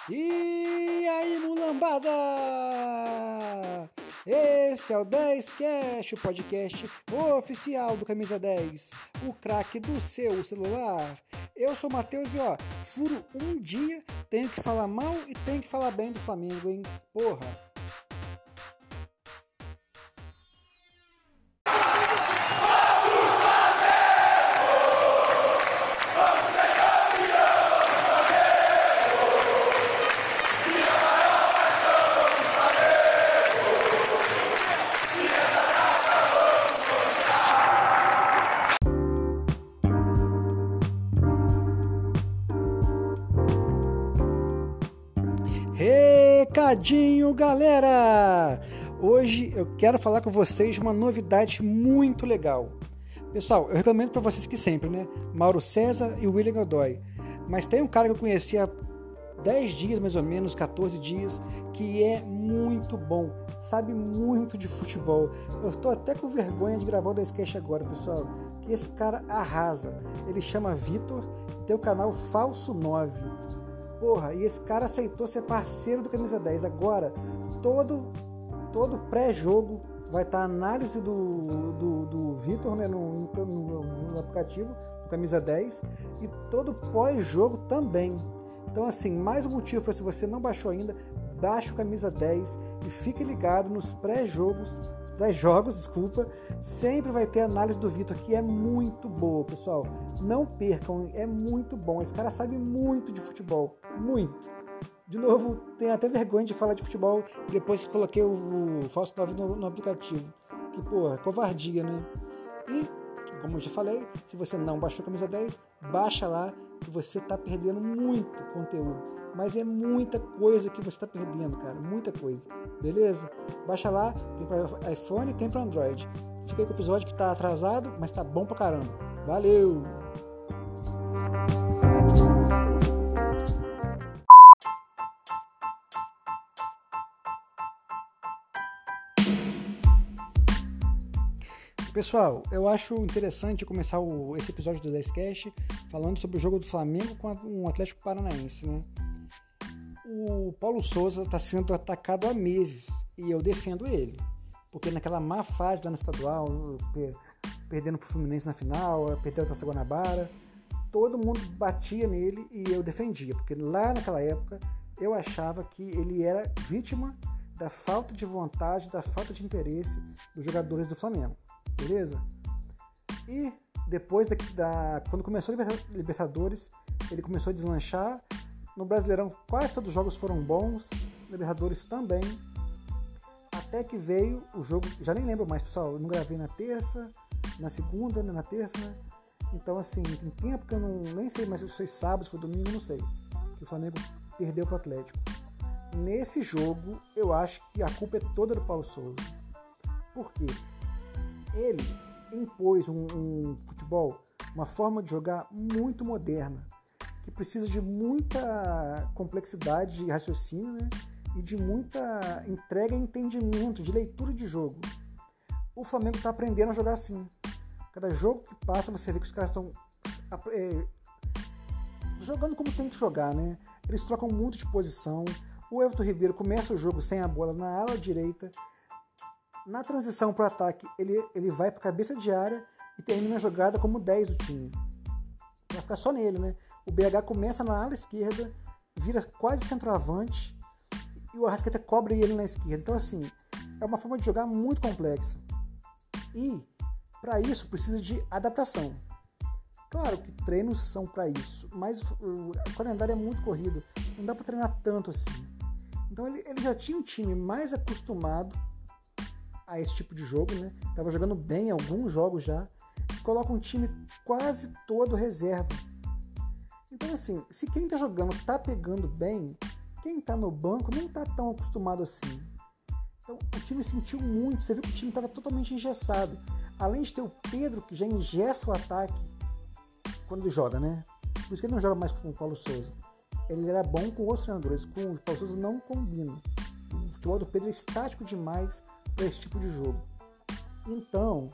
E aí, mulambada! Esse é o 10Cast, o podcast oficial do Camisa 10, o craque do seu celular. Eu sou o Matheus e furo um dia, tenho que falar mal e tenho que falar bem do Flamengo, hein? Porra! Recadinho, galera! Hoje eu quero falar com vocês de uma novidade muito legal. Pessoal, eu recomendo para vocês que sempre, né? Mauro César e William Godoy. Mas tem um cara que eu conheci há 10 dias, mais ou menos, 14 dias, que é muito bom, sabe muito de futebol. Eu tô até com vergonha de gravar o 10Cast agora, pessoal, que esse cara arrasa. Ele chama Vitor, tem o canal Falso 9. Porra, e esse cara aceitou ser parceiro do Camisa 10. Agora, todo pré-jogo vai estar a análise do Vitor, né, no aplicativo do Camisa 10, e todo pós-jogo também. Então, assim, mais um motivo para, se você não baixou ainda, baixe o Camisa 10 e fique ligado nos pré-jogos, sempre vai ter a análise do Vitor, que é muito boa, pessoal. Não percam, é muito bom. Esse cara sabe muito de futebol, muito. De novo, tenho até vergonha de falar de futebol, depois que coloquei o Falso 9 no aplicativo. Que, porra, covardia, né? E, como eu já falei, se você não baixou a Camisa 10, baixa lá, que você tá perdendo muito conteúdo. Mas é muita coisa que você está perdendo, cara. Muita coisa. Beleza? Baixa lá. Tem para iPhone e tem para Android. Fica aí com o episódio que tá atrasado, mas tá bom pra caramba. Valeu! Pessoal, eu acho interessante começar esse episódio do 10Cast falando sobre o jogo do Flamengo com um Atlético Paranaense, né? O Paulo Souza está sendo atacado há meses e eu defendo ele, porque naquela má fase lá no estadual, perdendo para o Fluminense na final, perdendo a Taça Guanabara, todo mundo batia nele e eu defendia, porque lá naquela época eu achava que ele era vítima da falta de vontade, da falta de interesse dos jogadores do Flamengo, beleza? E depois quando começou a Libertadores, ele começou a deslanchar. No Brasileirão, quase todos os jogos foram bons, Libertadores também, até que veio o jogo, já nem lembro mais, pessoal, eu não gravei na terça, na segunda, né, na terça, né? Então, assim, tem tempo que eu nem sei mais se foi sábado, se foi domingo, não sei, que o Flamengo perdeu para o Atlético. Nesse jogo, eu acho que a culpa é toda do Paulo Souza. Por quê? Ele impôs um futebol, uma forma de jogar muito moderna, que precisa de muita complexidade de raciocínio, né? E de muita entrega e entendimento, de leitura de jogo. O Flamengo está aprendendo a jogar assim. Cada jogo que passa, você vê que os caras estão jogando como tem que jogar, né? Eles trocam muito de posição. O Everton Ribeiro começa o jogo sem a bola na ala direita. Na transição para o ataque, ele vai para a cabeça de área e termina a jogada como 10 do time. Vai ficar só nele, né? O BH começa na ala esquerda, vira quase centroavante e o Arrascaeta cobre ele na esquerda. Então, assim, é uma forma de jogar muito complexa. E, para isso, precisa de adaptação. Claro que treinos são para isso, mas o calendário é muito corrido, não dá para treinar tanto assim. Então, ele já tinha um time mais acostumado a esse tipo de jogo, né? Estava jogando bem em alguns jogos já, e coloca um time quase todo reserva. Então, assim, se quem tá jogando tá pegando bem, quem tá no banco não tá tão acostumado assim. Então, o time sentiu muito, você viu que o time estava totalmente engessado. Além de ter o Pedro, que já engessa o ataque quando ele joga, né? Por isso que ele não joga mais com o Paulo Souza. Ele era bom com outros treinadores, com o Paulo Souza não combina. O futebol do Pedro é estático demais para esse tipo de jogo. Então,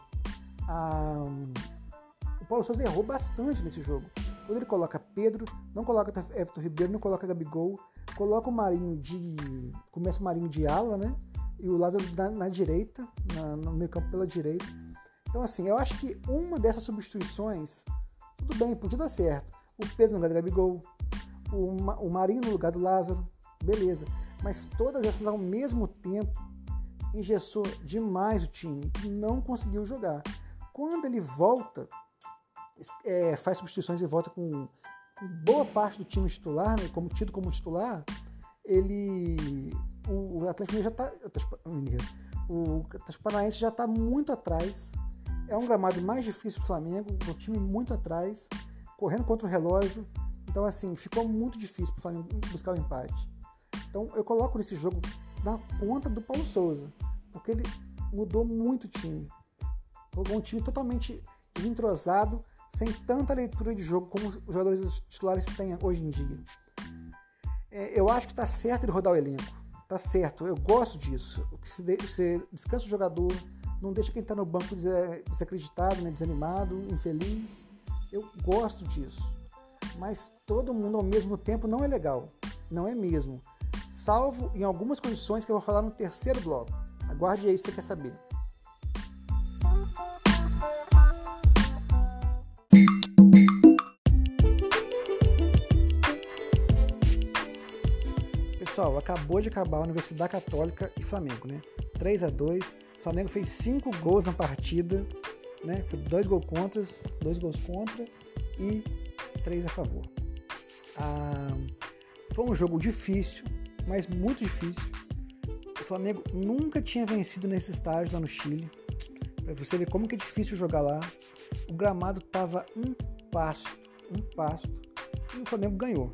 o Paulo Souza errou bastante nesse jogo. Quando ele coloca Pedro, não coloca Everton Ribeiro, não coloca Gabigol, coloca começa o Marinho de ala, né? E o Lázaro na direita, no meio campo pela direita. Então, assim, eu acho que uma dessas substituições, tudo bem, podia dar certo. O Pedro no lugar do Gabigol, o Marinho no lugar do Lázaro, beleza. Mas todas essas ao mesmo tempo engessou demais o time, não conseguiu jogar. Quando ele volta, faz substituições e volta com boa parte do time titular, né, tido como titular, o Atlético Paranaense já está muito atrás. É um gramado mais difícil para o Flamengo, um time muito atrás, correndo contra o relógio. Então, assim, ficou muito difícil para o Flamengo buscar o empate. Então, eu coloco nesse jogo na conta do Paulo Souza, porque ele mudou muito o time. Colocou um time totalmente desentrosado, sem tanta leitura de jogo como os jogadores titulares têm hoje em dia. Eu acho que está certo ele rodar o elenco. Está certo, eu gosto disso. Você descansa o jogador, não deixa quem está no banco desacreditado, né, desanimado, infeliz. Eu gosto disso. Mas todo mundo ao mesmo tempo não é legal. Não é mesmo. Salvo em algumas condições que eu vou falar no terceiro bloco. Aguarde aí se você quer saber. Pessoal, acabou de acabar a Universidade Católica e Flamengo, né? 3-2. O Flamengo fez 5 gols na partida, né? Foi 2 gols contra e 3 a favor. Foi um jogo difícil, mas muito difícil. O Flamengo nunca tinha vencido nesse estádio lá no Chile. Pra você ver como que é difícil jogar lá. O gramado tava um pasto. E o Flamengo ganhou.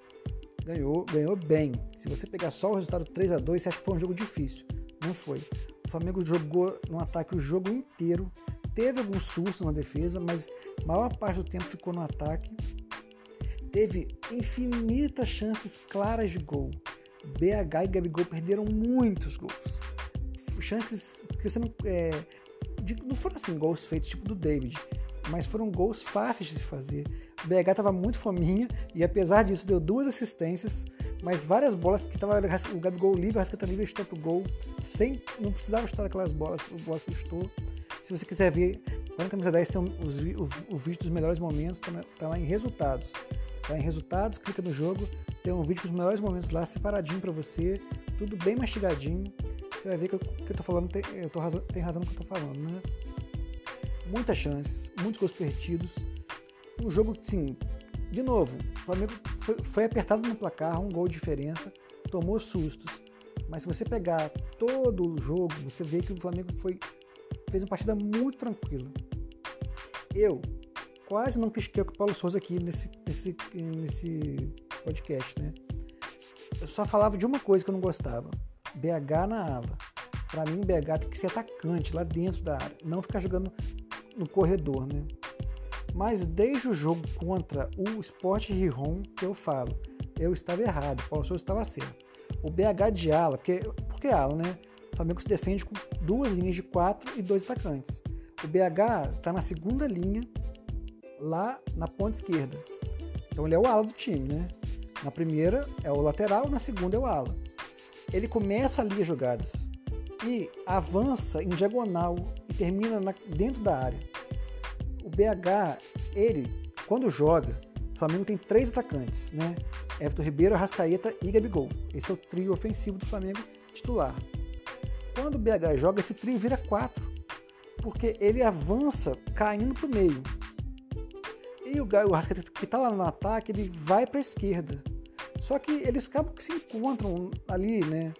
Ganhou bem. Se você pegar só o resultado 3-2, você acha que foi um jogo difícil. Não foi. O Flamengo jogou no ataque o jogo inteiro. Teve alguns sustos na defesa, mas a maior parte do tempo ficou no ataque. Teve infinitas chances claras de gol. BH e Gabigol perderam muitos gols. Chances que você não foram assim gols feitos tipo do David, mas foram gols fáceis de se fazer. O BH estava muito fominha e apesar disso deu 2 assistências, mas várias bolas que estava o Gabigol livre, a Rascaeta livre, chutou pro gol, não precisava chutar aquelas bolas que chutou. Se você quiser ver, lá na camisa 10 tem o vídeo dos melhores momentos, tá lá em resultados. Tá em resultados, clica no jogo, tem um vídeo com os melhores momentos lá, separadinho para você, tudo bem mastigadinho. Você vai ver que eu tô falando, tem razão no que eu tô falando, né? Muitas chances, muitos gols perdidos. Um jogo, sim, de novo, o Flamengo foi apertado no placar, 1 gol de diferença, tomou sustos. Mas se você pegar todo o jogo, você vê que o Flamengo fez uma partida muito tranquila. Eu quase não critiquei o Paulo Souza aqui nesse podcast, né? Eu só falava de uma coisa que eu não gostava. BH na ala. Pra mim, BH tem que ser atacante lá dentro da área, não ficar jogando no corredor, né? Mas desde o jogo contra o Sport Rihon que eu falo, eu estava errado, o Paulo Souza estava certo. O BH de ala, porque ala, né? O Flamengo se defende com 2 linhas de 4 e 2 atacantes. O BH está na segunda linha, lá na ponta esquerda. Então ele é o ala do time, né? Na primeira é o lateral, na segunda é o ala. Ele começa ali as jogadas e avança em diagonal e termina dentro da área. O BH, quando joga, o Flamengo tem 3 atacantes, né? Everton Ribeiro, Arrascaeta e Gabigol. Esse é o trio ofensivo do Flamengo titular. Quando o BH joga, esse trio vira 4, porque ele avança caindo para o meio. E o Arrascaeta, que está lá no ataque, ele vai para a esquerda. Só que eles acabam que se encontram ali, né?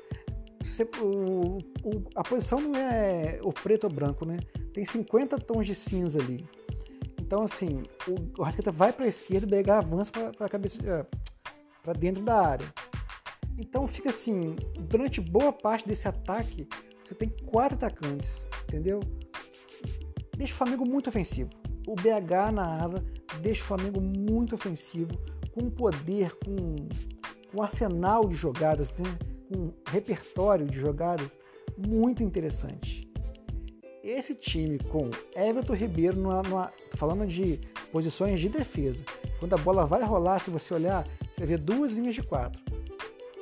A posição não é o preto ou branco, né? Tem 50 tons de cinza ali. Então, assim, o Arrascaeta vai para a esquerda e o BH avança para dentro da área. Então, fica assim, durante boa parte desse ataque, você tem 4 atacantes, entendeu? Deixa o Flamengo muito ofensivo. O BH na ala deixa o Flamengo muito ofensivo, com poder, com um arsenal de jogadas, né? Com um repertório de jogadas muito interessante. Esse time com Everton Ribeiro, tô falando de posições de defesa, quando a bola vai rolar, se você olhar, você vê 2 linhas de 4.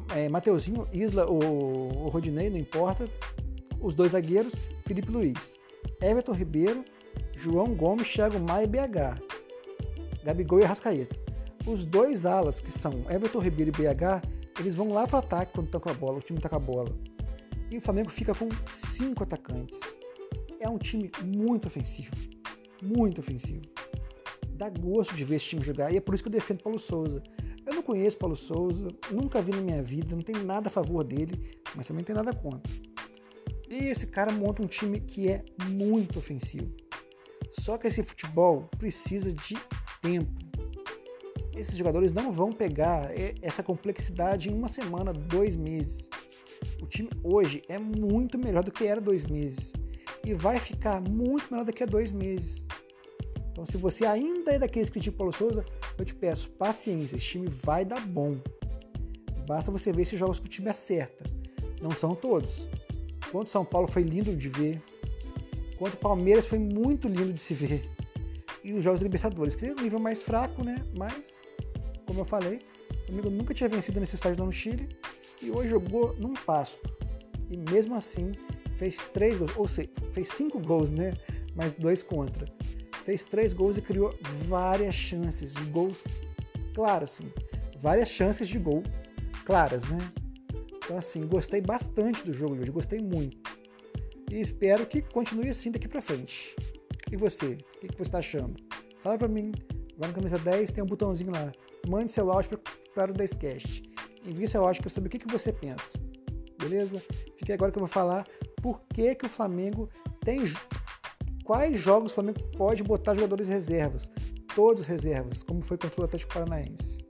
Mateuzinho, Isla ou Rodinei, não importa. Os 2 zagueiros, Felipe Luiz. Everton Ribeiro, João Gomes, Thiago Maia e BH. Gabigol e Arrascaeta. Os 2 alas, que são Everton Ribeiro e BH, eles vão lá para o ataque quando estão com a bola, o time está com a bola. E o Flamengo fica com 5 atacantes. É um time muito ofensivo. Muito ofensivo. Dá gosto de ver esse time jogar, e é por isso que eu defendo Paulo Souza. Eu não conheço Paulo Souza, nunca vi na minha vida, não tenho nada a favor dele, mas também não tenho nada contra. E esse cara monta um time que é muito ofensivo. Só que esse futebol precisa de tempo. Esses jogadores não vão pegar essa complexidade em 1 semana, 2 meses. O time hoje é muito melhor do que era 2 meses. E vai ficar muito melhor daqui a 2 meses. Então, se você ainda é daqueles que criticam o Paulo Souza, eu te peço paciência, esse time vai dar bom. Basta você ver esses jogos que o time acerta. Não são todos. Contra o São Paulo foi lindo de ver. Contra o Palmeiras foi muito lindo de se ver. E os jogos da Libertadores, que é um nível mais fraco, né? Mas, como eu falei, o Flamengo nunca tinha vencido nesse estádio no Chile e hoje jogou num pasto. E mesmo assim, fez 3 gols, ou seja, fez 5 gols, né? Mas 2 contra. Fez 3 gols e criou várias chances de gols claros, assim. Várias chances de gol claras, né? Então, assim, gostei bastante do jogo de hoje, gostei muito. E espero que continue assim daqui pra frente. E você? O que você está achando? Fala pra mim. Vai no Camisa 10, tem um botãozinho lá. Mande seu áudio para o 10cast. Envie seu áudio para eu saber o que você pensa. Beleza? Fique agora que eu vou falar por que o Flamengo tem... Quais jogos o Flamengo pode botar jogadores reservas? Todos reservas, como foi contra o Atlético Paranaense.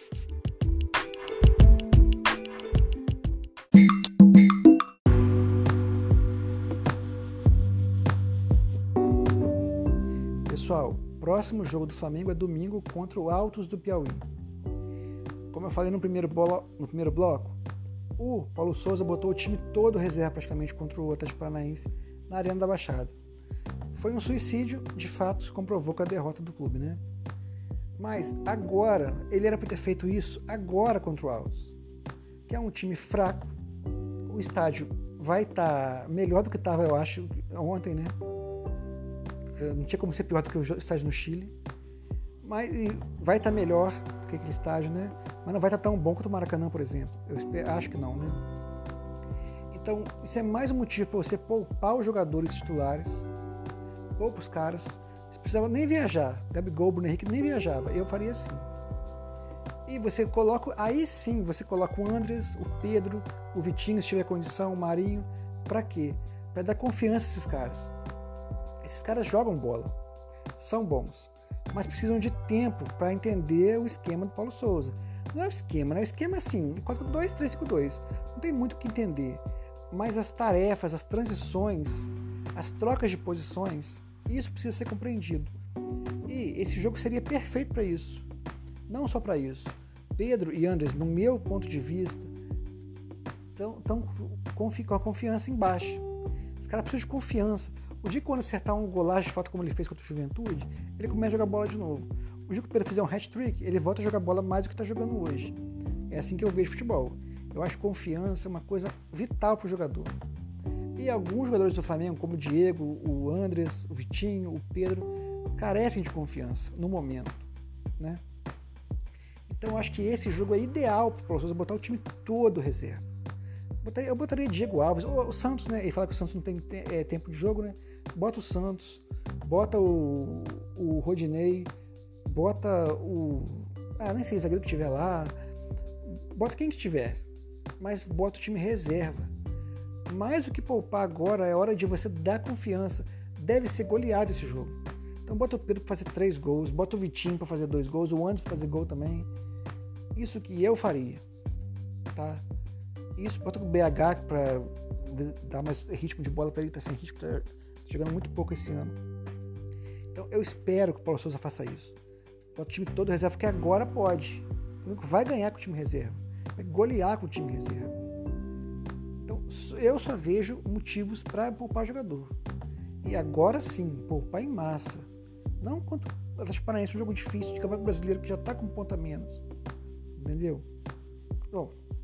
Pessoal, próximo jogo do Flamengo é domingo contra o Altos do Piauí. Como eu falei no primeiro bloco, o Paulo Souza botou o time todo reserva praticamente contra o Atlético Paranaense na Arena da Baixada. Foi um suicídio, de fato, se comprovou com a derrota do clube, né? Mas agora, ele era para ter feito isso agora contra o Altos, que é um time fraco. O estádio vai estar melhor do que estava, eu acho, ontem, né? Não tinha como ser pior do que o estádio no Chile. Mas vai estar melhor do que aquele estádio, né? Mas não vai estar tão bom quanto o Maracanã, por exemplo. Eu acho que não, né? Então, isso é mais um motivo para você poupar os jogadores titulares. Poupa os caras. Você precisava nem viajar. Gabigol, Bruno Henrique nem viajava. Eu faria assim. E você coloca... Aí sim, você coloca o Andres, o Pedro, o Vitinho, se tiver condição, o Marinho. Para quê? Para dar confiança a esses caras. Esses caras jogam bola, são bons, mas precisam de tempo para entender o esquema do Paulo Souza. Não é o esquema, né? O esquema é assim, 4-2, 3-5-2. Não tem muito o que entender. Mas as tarefas, as transições, as trocas de posições, isso precisa ser compreendido. E esse jogo seria perfeito para isso. Não só para isso. Pedro e Andres, no meu ponto de vista, estão com a confiança embaixo. Os caras precisam de confiança. O dia que quando acertar um golaço de falta como ele fez contra o Juventude, ele começa a jogar bola de novo. O dia que o Pedro fizer um hat-trick, ele volta a jogar bola mais do que está jogando hoje. É assim que eu vejo futebol. Eu acho confiança uma coisa vital para o jogador. E alguns jogadores do Flamengo, como o Diego, o Andres, o Vitinho, o Pedro, carecem de confiança no momento, né? Então eu acho que esse jogo é ideal para o Paulo Souza botar o time todo reserva. Eu botaria Diego Alves, o Santos, né? Ele fala que o Santos não tem tempo de jogo, né? Bota o Santos, bota o Rodinei, bota o... nem sei, o zagueiro que tiver lá. Bota quem que tiver, mas bota o time reserva. Mais do que poupar agora, é hora de você dar confiança. Deve ser goleado esse jogo. Então bota o Pedro para fazer 3 gols, bota o Vitinho para fazer 2 gols, o Anderson para fazer gol também. Isso que eu faria, tá? Isso, bota o BH para dar mais ritmo de bola para ele, tá sem ritmo, tá jogando muito pouco esse ano. Então eu espero que o Paulo Souza faça isso. Bota o time todo reserva, porque agora pode. O vai ganhar com o time reserva, vai golear com o time reserva. Então eu só vejo motivos para poupar jogador. E agora sim, poupar em massa. Não contra o Atlético Paranaense, um jogo difícil de Campeonato Brasileiro que já está com um ponto a menos. Entendeu? Bom,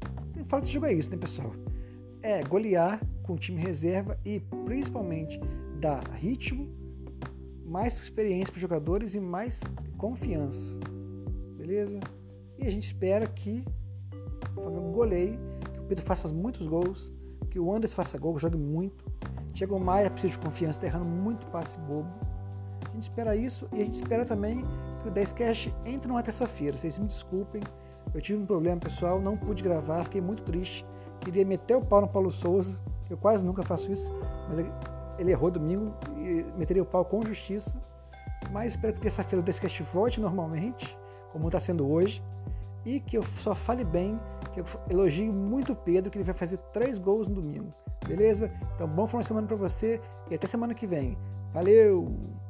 eu falo desse jogo é isso, né, pessoal? É golear com o time reserva e principalmente dar ritmo, mais experiência para os jogadores e mais confiança. Beleza? E a gente espera que o Flamengo goleie, que o Pedro faça muitos gols, que o Anderson faça gol, jogue muito. Thiago Maia precisa de confiança, está errando muito passe bobo. A gente espera isso e a gente espera também que o 10cast entre numa terça-feira. Vocês me desculpem, eu tive um problema pessoal, não pude gravar, fiquei muito triste. Queria meter o pau no Paulo Souza, eu quase nunca faço isso, mas ele errou domingo e meteria o pau com justiça. Mas espero que terça-feira o 10cast volte normalmente, como está sendo hoje, e que eu só fale bem, que eu elogio muito o Pedro, que ele vai fazer 3 gols no domingo. Beleza? Então, bom final de semana para você e até semana que vem. Valeu!